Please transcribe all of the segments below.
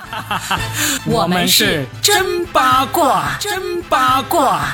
我们是真八卦，真八卦。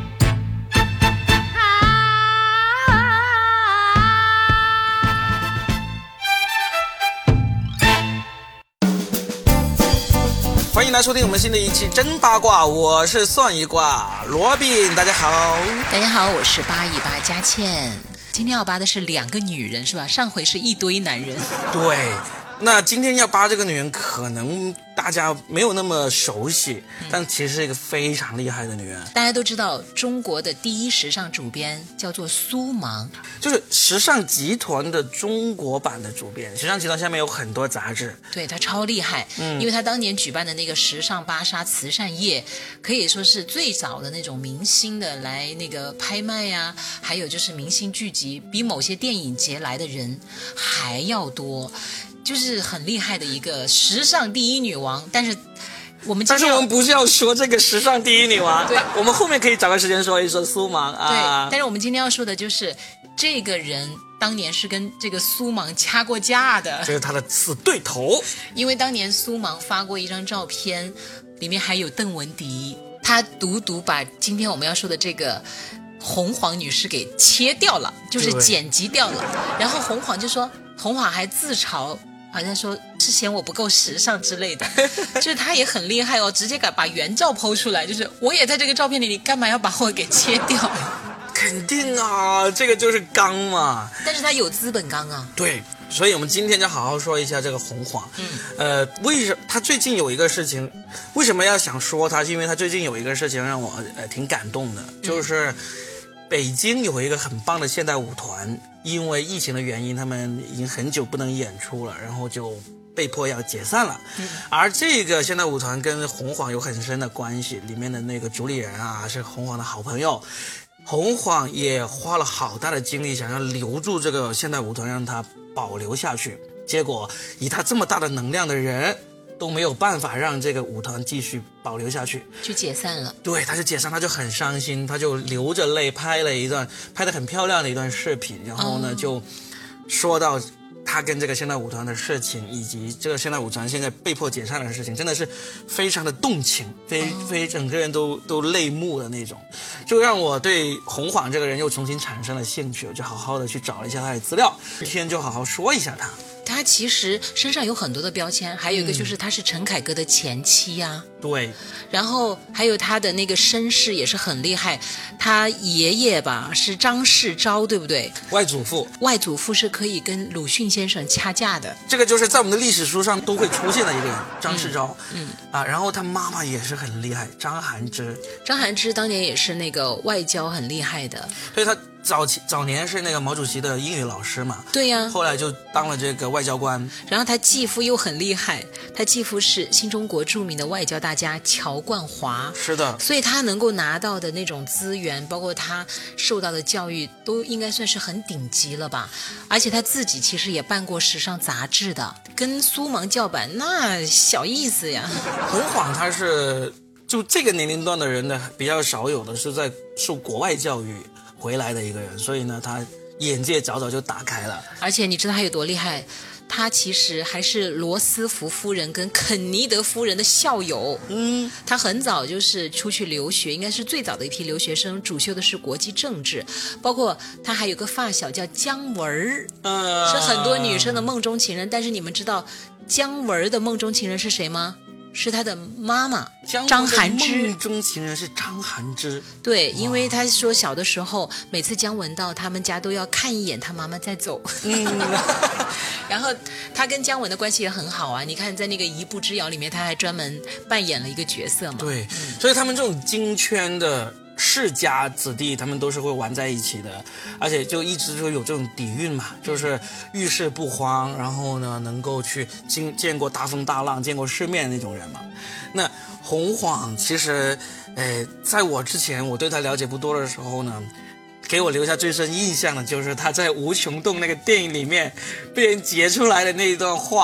欢迎来收听我们新的一期真八卦，我是算一卦罗宾，大家好。 大家好，我是818佳倩。今天要扒的是2个女人是吧？上回是一堆男人。 对，那今天要扒这个女人可能大家没有那么熟悉，但其实是一个非常厉害的女人。 大家都知道中国的第一时尚主编叫做苏芒， 就是时尚集团的中国版的主编。时尚集团下面有很多杂志， 对，他超厉害，因为他当年举办的那个时尚芭莎慈善夜可以说是最早的那种明星的来那个拍卖呀，还有就是明星聚集，比某些电影节来的人还要多，就是很厉害的一个时尚第一女王。但是我们不是要说这个时尚第一女王， 对， 我们后面可以找个时间说一说苏芒啊。 对，但是我们今天要说的就是这个人当年是跟这个苏芒掐过架的， 这是他的死对头。 因为当年苏芒发过一张照片，里面还有邓文迪，他独独把今天我们要说的这个红黄女士给切掉了，就是剪辑掉了。然后红黄就说，红黄还自嘲，好像说之前我不够时尚之类的，就是他也很厉害哦，直接把原照剖出来，就是我也在这个照片里，你干嘛要把我给切掉？ 肯定啊，这个就是刚嘛。 但是他有资本刚啊。 对，所以我们今天就好好说一下这个红黄。为什么他最近有一个事情？为什么要想说他？是因为他最近有一个事情让我挺感动的，就是北京有一个很棒的现代舞团，因为疫情的原因，他们已经很久不能演出了，然后就被迫要解散了。而这个现代舞团跟红黄有很深的关系，里面的那个主理人啊是红黄的好朋友。红黄也花了好大的精力想要留住这个现代舞团，让它保留下去，结果以他这么大的能量的人都没有办法让这个舞团继续保留下去， 就解散了。 对，他就解散，他就很伤心，他就流着泪拍了一段拍得很漂亮的一段视频，然后呢就说到他跟这个现代舞团的事情，以及这个现代舞团现在被迫解散的事情，真的是非常的动情，整个人都泪目的那种，就让我对红黄这个人又重新产生了兴趣，我就好好的去找了一下他的资料，今天就好好说一下他。 他其实身上有很多的标签，还有一个就是他是陈凯歌的前妻啊。 对， 然后还有他的那个身世也是很厉害，他爷爷吧是张世钊，对不对？ 外祖父是可以跟鲁迅先生掐架的， 这个就是在我们的历史书上都会出现的一个人，张世钊。然后他妈妈也是很厉害，张涵之当年也是那个外交很厉害的， 所以他早年是那个毛主席的英语老师嘛， 对呀， 后来就当了这个外交官。 然后他继父又很厉害，他继父是新中国著名的外交大家乔冠华， 是的， 所以他能够拿到的那种资源，包括他受到的教育，都应该算是很顶级了吧。而且他自己其实也办过时尚杂志的，跟苏芒叫板那小意思呀。 红黄他是就这个年龄段的人呢，比较少有的是在受国外教育回来的一个人，所以呢他眼界早就打开了。 而且你知道他有多厉害？他其实还是罗斯福夫人跟肯尼德夫人的校友。他很早就是出去留学，应该是最早的一批留学生，主修的是国际政治。包括他还有个发小叫姜文是很多女生的梦中情人。但是你们知道姜文的梦中情人是谁吗？是他的妈妈张涵之。 梦中情人是张涵之。 对，因为他说小的时候每次姜文到他们家都要看一眼他妈妈再走。然后他跟姜文的关系也很好啊，你看在那个一步之遥里面他还专门扮演了一个角色嘛。 对，所以他们这种京圈的世家子弟，他们都是会玩在一起的，而且就一直就有这种底蕴嘛，就是遇事不慌，然后呢能够去见过大风大浪，见过世面的那种人嘛。那红黄其实在我之前我对他了解不多的时候呢，给我留下最深印象的就是他在无穷洞那个电影里面被人截出来的那一段话。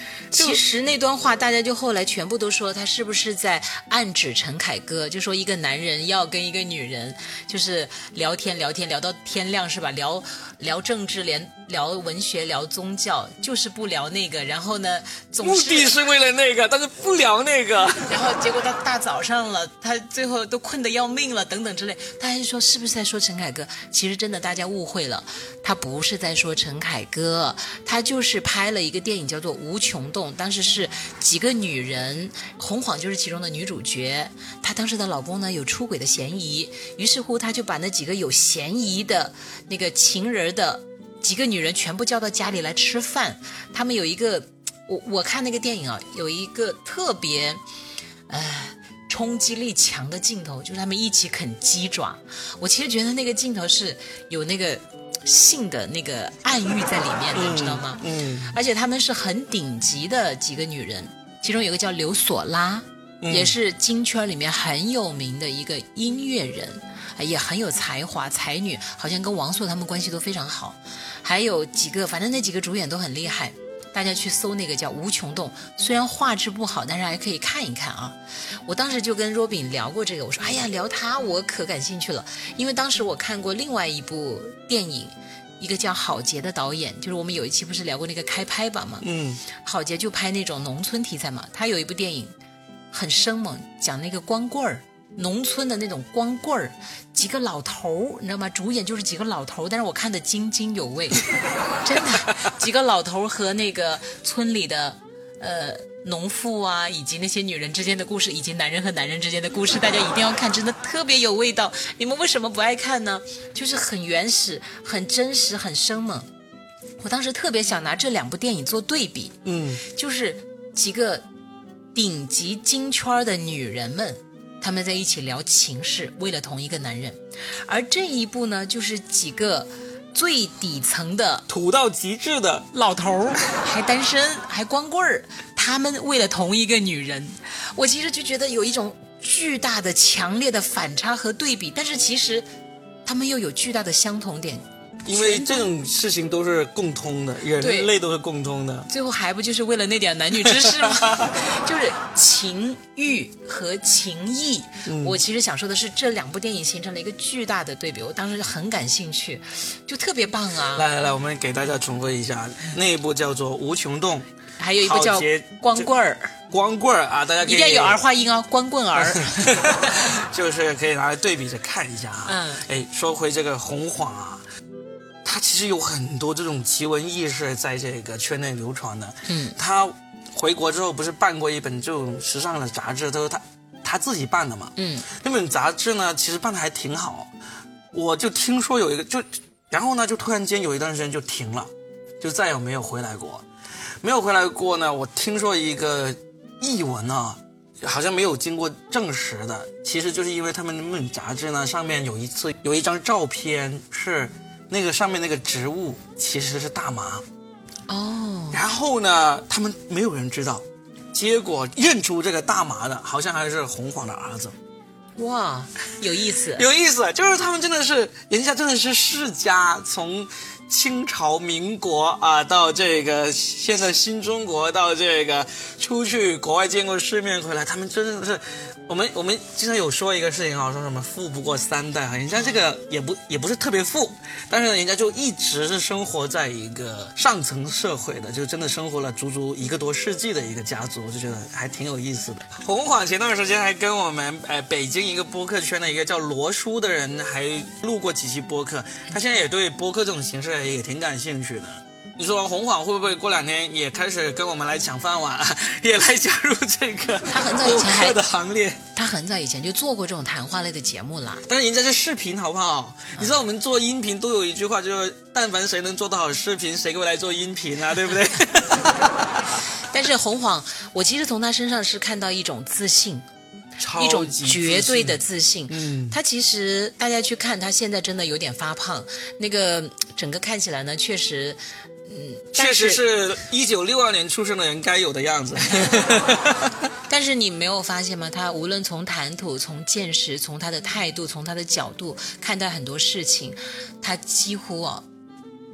其实那段话大家就后来全部都说他是不是在暗指陈凯歌，就说一个男人要跟一个女人就是聊天聊到天亮是吧，聊政治，聊文学，聊宗教，就是不聊那个，然后呢总是目的是为了那个，但是不聊那个， 然后结果到大早上了，他最后都困得要命了等等之类，大家就说是不是在说陈凯歌，其实真的大家误会了，他不是在说陈凯歌，他就是拍了一个电影叫做《无穷动》，当时是几个女人，洪晃就是其中的女主角，她当时的老公呢有出轨的嫌疑，于是乎她就把那几个有嫌疑的那个情人的几个女人全部叫到家里来吃饭。他们有一个我看那个电影啊，有一个特别冲击力强的镜头，就是他们一起啃鸡爪。我其实觉得那个镜头是有那个性的那个暗喻在里面的，你知道吗？而且他们是很顶级的几个女人，其中有一个叫刘索拉，也是京圈里面很有名的一个音乐人，也很有才华，才女，好像跟王朔他们关系都非常好。还有几个，反正那几个主演都很厉害，大家去搜那个叫《无穷动》，虽然画质不好，但是还可以看一看啊。我当时就跟若饼聊过这个，我说哎呀，聊他我可感兴趣了，因为当时我看过另外一部电影，一个叫郝杰的导演，就是我们有一期不是聊过那个开拍吧嘛，郝杰就拍那种农村题材嘛，他有一部电影很生猛，讲那个光棍儿，农村的那种光棍儿，几个老头，你知道吗？主演就是几个老头，但是我看得津津有味，真的，几个老头和那个村里的农妇啊，以及那些女人之间的故事，以及男人和男人之间的故事，大家一定要看，真的特别有味道。你们为什么不爱看呢？就是很原始、很真实、很生猛。我当时特别想拿这两部电影做对比，就是几个顶级京圈的女人们，他们在一起聊情事，为了同一个男人。而这一部呢，就是几个最底层的土到极致的老头，还单身，还光棍儿，他们为了同一个女人。我其实就觉得有一种巨大的强烈的反差和对比，但是其实他们又有巨大的相同点， 因为这种事情都是共通的，人类都是共通的， 最后还不就是为了那点男女之事吗？就是情欲和情义。我其实想说的是，这两部电影形成了一个巨大的对比，我当时很感兴趣，就特别棒啊！ 来，我们给大家重复一下，那一部叫做《无穷动》， 还有一部叫《光棍儿》。 光棍儿啊，大家可以一定要有儿化音哦，光棍儿， 就是可以拿来对比着看一下啊。说回这个洪晃啊，他其实有很多这种奇闻异事在这个圈内流传的。他回国之后不是办过一本这种时尚的杂志，都是他自己办的嘛。那本杂志呢，其实办的还挺好。我就听说有一个然后呢，就突然间有一段时间就停了，就再也没有回来过。没有回来过呢，我听说一个译文啊，好像没有经过证实的，其实就是因为他们那本杂志呢，上面有一张照片是那个上面那个植物其实是大麻然后呢他们没有人知道，结果认出这个大麻的好像还是洪晃的儿子。 哇，有意思， 有意思，就是他们真的是人家真的是世家，从清朝民国啊，到这个现在新中国，到这个出去国外见过世面回来，他们真的是我们经常有说一个事情啊，说什么富不过三代啊，人家这个也不是特别富，但是人家就一直是生活在一个上层社会的，就真的生活了足足1个多世纪的一个家族，我就觉得还挺有意思的。洪晃前段时间还跟我们北京一个播客圈的一个叫罗叔的人还录过几期播客，他现在也对播客这种形式也挺感兴趣的。你说洪晃会不会过2年也开始跟我们来抢饭碗，也来加入这个他很早以前还的行列？ 他很早以前就做过这种谈话类的节目啦。 但是人家是视频，好不好？你知道我们做音频都有一句话，就是但凡谁能做得好视频，谁会来做音频啊，对不对？ 但是洪晃，我其实从他身上是看到一种自信。一种绝对的自信。他其实大家去看他现在真的有点发胖，那个整个看起来呢确实确实是1962年出生的人该有的样子。 但是你没有发现吗？他无论从谈吐，从见识，从他的态度，从他的角度看待很多事情，他几乎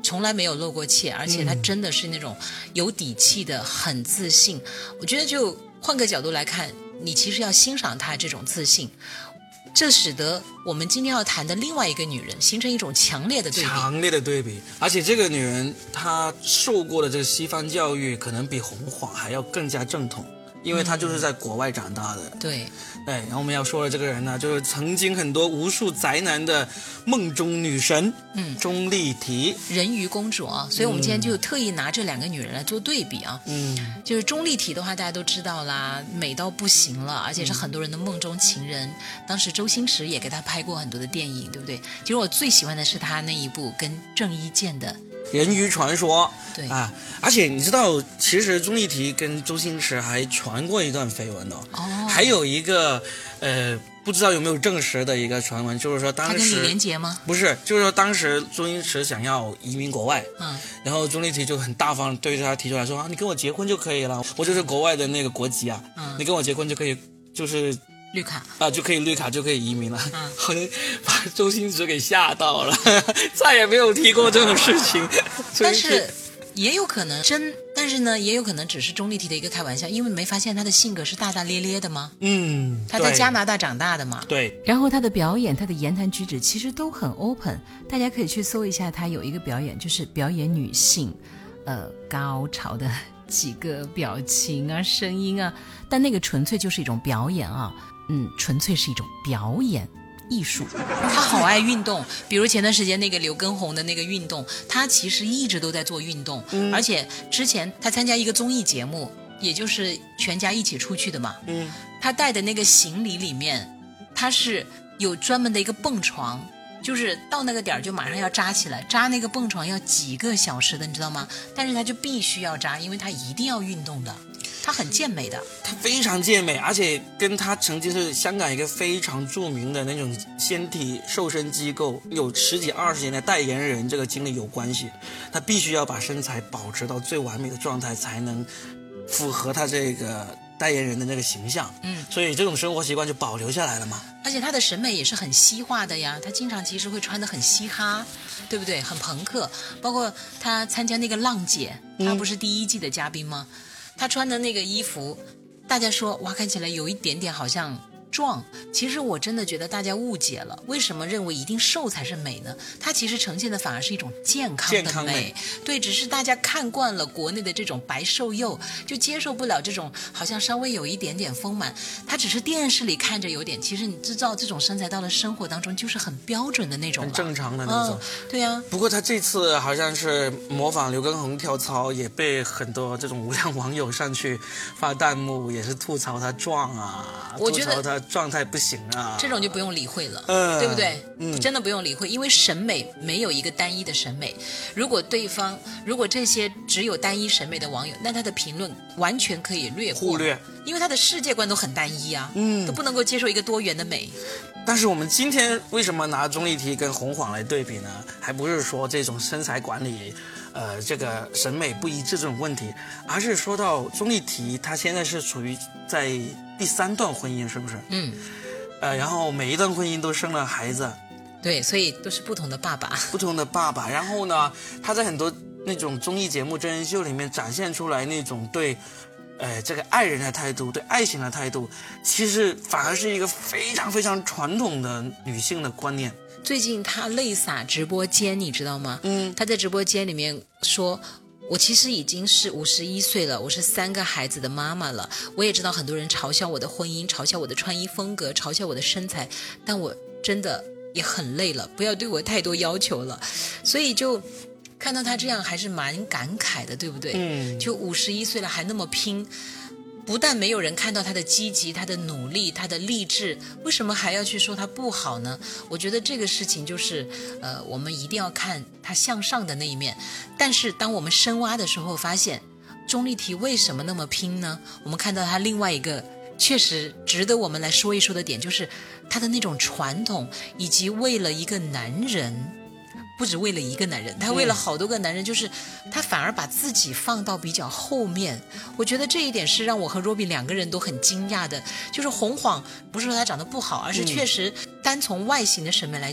从来没有露过怯，而且他真的是那种有底气的，很自信。我觉得就换个角度来看，你其实要欣赏他这种自信，这使得我们今天要谈的另外一个女人形成一种强烈的对比。 强烈的对比，而且这个女人她受过的这个西方教育，可能比洪晃还要更加正统，因为她就是在国外长大的。 对。 然后我们要说的这个人呢，就是曾经很多无数宅男的梦中女神，钟丽缇， 人鱼公主啊。所以我们今天就特意拿这两个女人来做对比啊。就是钟丽缇的话，大家都知道啦，美到不行了，而且是很多人的梦中情人。当时周星驰也给她拍过很多的电影，对不对？其实我最喜欢的是她那一部跟郑伊健的人鱼传说。 对啊，而且你知道，其实钟丽缇跟周星驰还传过一段绯闻还有一个不知道有没有证实的一个传闻，就是说当时他跟李连杰吗？ 不是，就是说当时周星驰想要移民国外，然后钟丽缇就很大方对他提出来说你跟我结婚就可以了，我就是国外的那个国籍啊，你跟我结婚就可以，就是绿卡就可以绿卡就可以移民了，好像把周星驰给吓到了，再也没有提过这种事情。 但是也有可能真，但是呢，也有可能只是钟丽缇的一个开玩笑，因为没发现她的性格是大大咧咧的吗？她在加拿大长大的嘛。 对。 然后她的表演，她的言谈举止其实都很 open， 大家可以去搜一下，她有一个表演，就是表演女性，高潮的几个表情啊、声音啊，但那个纯粹就是一种表演啊，纯粹是一种表演。艺术。 他好爱运动，比如前段时间那个刘畊宏的那个运动，他其实一直都在做运动，而且之前他参加一个综艺节目，也就是全家一起出去的嘛，他带的那个行李里面，他是有专门的一个蹦床，就是到那个点就马上要扎起来，扎那个蹦床要几个小时的，你知道吗？但是他就必须要扎，因为他一定要运动的。他很健美的， 他非常健美，而且跟他曾经是香港一个非常著名的那种纤体瘦身机构有10几20年的代言人这个经历有关系。他必须要把身材保持到最完美的状态，才能符合他这个代言人的那个形象。所以这种生活习惯就保留下来了嘛。 而且他的审美也是很西化的呀，他经常其实会穿得很嘻哈，对不对？很朋克。包括他参加那个浪姐，他不是第1季的嘉宾吗？他穿的那个衣服，大家说哇，看起来有一点点好像壮，其实我真的觉得大家误解了，为什么认为一定瘦才是美呢？它其实呈现的反而是一种健康的美。对，只是大家看惯了国内的这种白瘦幼，就接受不了这种好像稍微有一点点丰满，它只是电视里看着有点，其实你知道这种身材到了生活当中就是很标准的那种了， 很正常的那种。 对啊。不过他这次好像是模仿刘畊宏跳操，也被很多这种无良网友上去发弹幕，也是吐槽他壮啊， 我觉得吐槽他状态不行啊， 这种就不用理会了，对不对？真的不用理会，因为审美没有一个单一的审美。如果这些只有单一审美的网友，那他的评论完全可以忽略，因为他的世界观都很单一啊，都不能够接受一个多元的美。 但是我们今天为什么拿钟丽缇跟洪晃来对比呢？还不是说这种身材管理这个审美不一致这种问题，而是说到钟丽缇她现在是处于在第3段婚姻，是不是？然后每一段婚姻都生了孩子， 对，所以都是不同的爸爸。 然后呢，她在很多那种综艺节目真人秀里面展现出来那种对这个爱人的态度，对爱情的态度，其实反而是一个非常非常传统的女性的观念。 最近她泪洒直播间，你知道吗？她在直播间里面说，我其实已经是51岁了，我是3个孩子的妈妈了，我也知道很多人嘲笑我的婚姻，嘲笑我的穿衣风格，嘲笑我的身材，但我真的也很累了，不要对我太多要求了。所以就看到他这样还是蛮感慨的，对不对？就51岁了还那么拼，不但没有人看到他的积极，他的努力，他的励志，为什么还要去说他不好呢？我觉得这个事情就是我们一定要看他向上的那一面。但是当我们深挖的时候发现，钟丽缇为什么那么拼呢？我们看到他另外一个确实值得我们来说一说的点，就是他的那种传统，以及为了一个男人，不止为了一个男人，他为了好多个男人，就是他反而把自己放到比较后面。我觉得这一点是让我和 Robin 2个人都很惊讶的。就是洪晃不是说他长得不好，而是确实单从外形的审美来讲，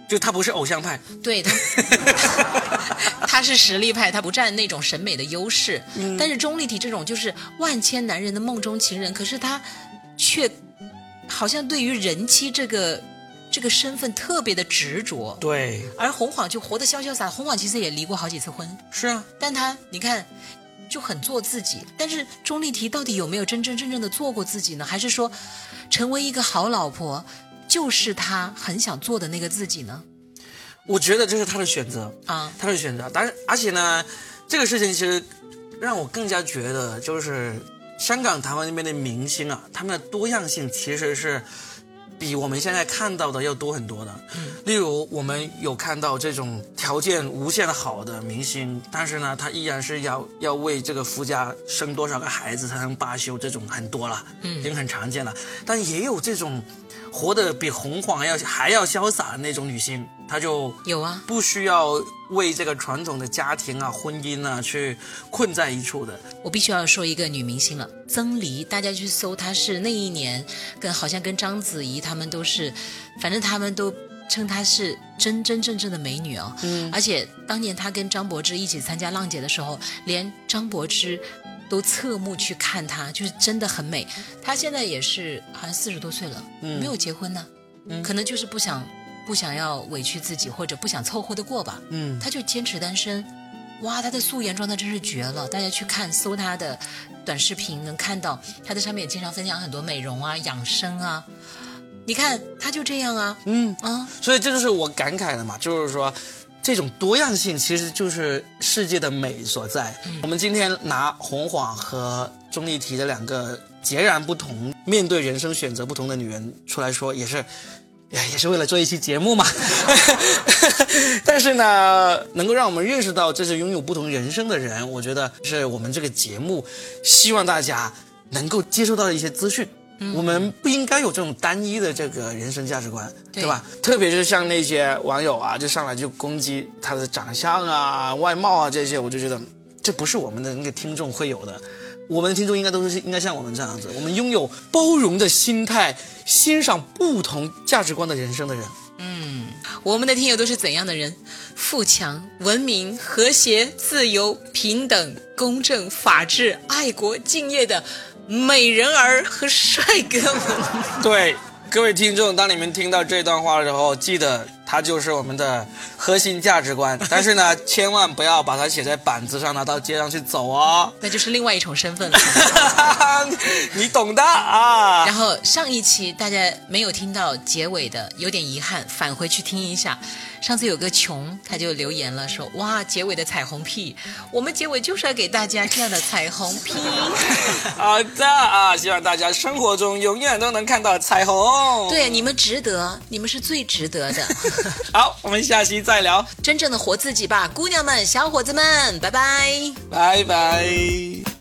就他不是偶像派， 对他是实力派，他不占那种审美的优势。但是钟丽缇这种就是万千男人的梦中情人，可是他却好像对于人妻这个身份特别的执着。 对， 而洪晃就活得潇潇洒。洪晃其实也离过好几次婚， 是啊， 但他你看就很做自己。但是钟丽缇到底有没有真正的做过自己呢？还是说成为一个好老婆就是他很想做的那个自己呢？ 我觉得这是他的选择啊， 他的选择。但是而且呢，这个事情其实让我更加觉得，就是香港、台湾那边的明星啊，他们的多样性其实是比我们现在看到的要多很多的。例如我们有看到这种条件无限好的明星，但是呢，他依然是要为这个夫家生多少个孩子才能罢休，这种很多了，已经很常见了。但也有这种活得比洪晃还要潇洒的那种女星，她就有啊， 不需要为这个传统的家庭啊、婚姻啊去困在一处的。 我必须要说一个女明星了，曾黎，大家去搜，她是那一年好像跟章子怡他们都是，反正他们都称她是真正的美女哦。而且当年她跟张柏芝一起参加浪姐的时候，连张柏芝都侧目去看她，就是真的很美。她现在也是好像40多岁了，没有结婚呢，可能就是不想要委屈自己，或者不想凑合的过吧。她就坚持单身。哇，她的素颜状态真是绝了！大家去搜她的短视频，能看到她在上面也经常分享很多美容啊、养生啊。你看她就这样啊， 所以这就是我感慨的嘛，就是说这种多样性其实就是世界的美所在。我们今天拿洪晃和钟丽缇的两个截然不同、面对人生选择不同的女人出来说，也是为了做一期节目嘛。但是呢，能够让我们认识到这是拥有不同人生的人，我觉得是我们这个节目希望大家能够接收到的一些资讯。我们不应该有这种单一的这个人生价值观， 对吧？特别是像那些网友啊，就上来就攻击他的长相啊、外貌啊这些，我就觉得这不是我们的那个听众会有的。我们的听众应该像我们这样子，我们拥有包容的心态，欣赏不同价值观的人生的人。 我们的听友都是怎样的人？富强、文明、和谐、自由、平等、公正、法治、爱国、敬业的美人儿和帅哥们。 对，各位听众，当你们听到这段话的时候，记得它就是我们的核心价值观，但是呢，千万不要把它写在板子上拿到街上去走哦， 那就是另外一种身份了。 你懂的啊。 然后上一期大家没有听到结尾的，有点遗憾，返回去听一下。上次有个穷他就留言了，说哇，结尾的彩虹屁，我们结尾就是要给大家这样的彩虹屁。 好的啊，希望大家生活中永远都能看到彩虹。 对，你们值得，你们是最值得的。 好，我们下期再聊， 真正的活自己吧，姑娘们、小伙子们，拜拜， 拜拜。